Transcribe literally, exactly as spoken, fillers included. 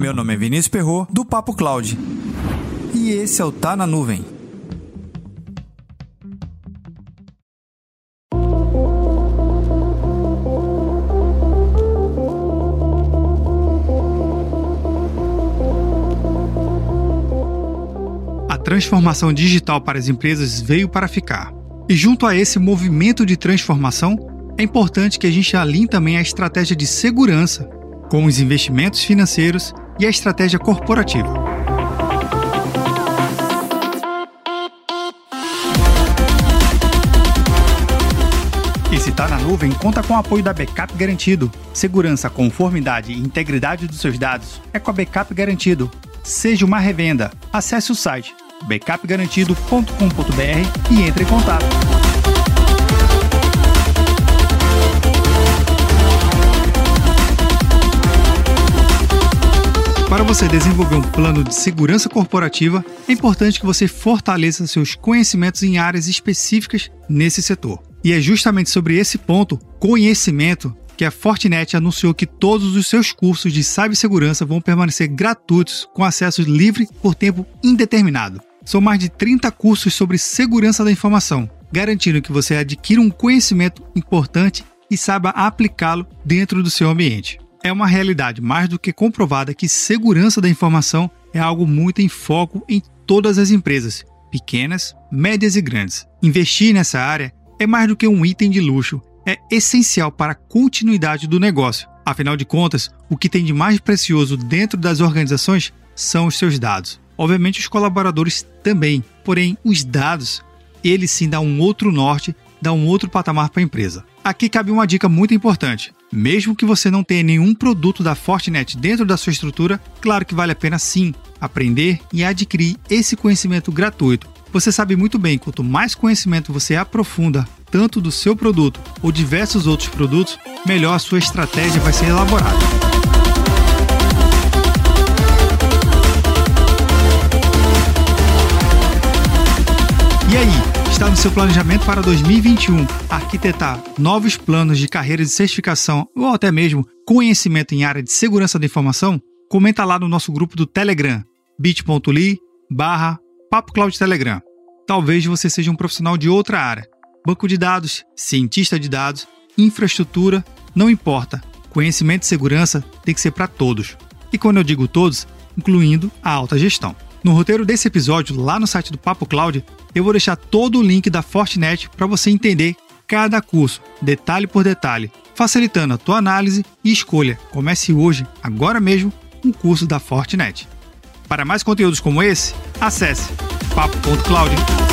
Meu nome é Vinícius Perro, do Papo Cloud. E esse é o Tá na Nuvem. A transformação digital para as empresas veio para ficar. E junto a esse movimento de transformação, é importante que a gente alinhe também a estratégia de segurança com os investimentos financeiros e a estratégia corporativa. Esse Tá na Nuvem conta com o apoio da Backup Garantido. Segurança, conformidade e integridade dos seus dados é com a Backup Garantido. Seja uma revenda. Acesse o site backup garantido ponto com ponto b r e entre em contato. Para você desenvolver um plano de segurança corporativa, é importante que você fortaleça seus conhecimentos em áreas específicas nesse setor. E é justamente sobre esse ponto, conhecimento, que a Fortinet anunciou que todos os seus cursos de cibersegurança vão permanecer gratuitos com acesso livre por tempo indeterminado. São mais de trinta cursos sobre segurança da informação, garantindo que você adquira um conhecimento importante e saiba aplicá-lo dentro do seu ambiente. É uma realidade mais do que comprovada que segurança da informação é algo muito em foco em todas as empresas, pequenas, médias e grandes. Investir nessa área é mais do que um item de luxo, é essencial para a continuidade do negócio. Afinal de contas, o que tem de mais precioso dentro das organizações são os seus dados. Obviamente os colaboradores também, porém os dados, eles sim dão um outro norte, dão um outro patamar para a empresa. Aqui cabe uma dica muito importante. Mesmo que você não tenha nenhum produto da Fortinet dentro da sua estrutura, claro que vale a pena sim aprender e adquirir esse conhecimento gratuito. Você sabe muito bem, quanto mais conhecimento você aprofunda, tanto do seu produto ou diversos outros produtos, melhor a sua estratégia vai ser elaborada. E aí, está no seu planejamento para dois mil e vinte e um arquitetar novos planos de carreira de certificação ou até mesmo conhecimento em área de segurança da informação? Comenta lá no nosso grupo do Telegram, bit.ly barra Papo Cloud Telegram. Talvez você seja um profissional de outra área. Banco de dados, cientista de dados, infraestrutura, não importa. Conhecimento de segurança tem que ser para todos. E quando eu digo todos, incluindo a alta gestão. No roteiro desse episódio, lá no site do Papo Cloud, eu vou deixar todo o link da Fortinet para você entender cada curso, detalhe por detalhe, facilitando a tua análise e escolha. Comece hoje, agora mesmo, um curso da Fortinet. Para mais conteúdos como esse, acesse papo ponto cloud.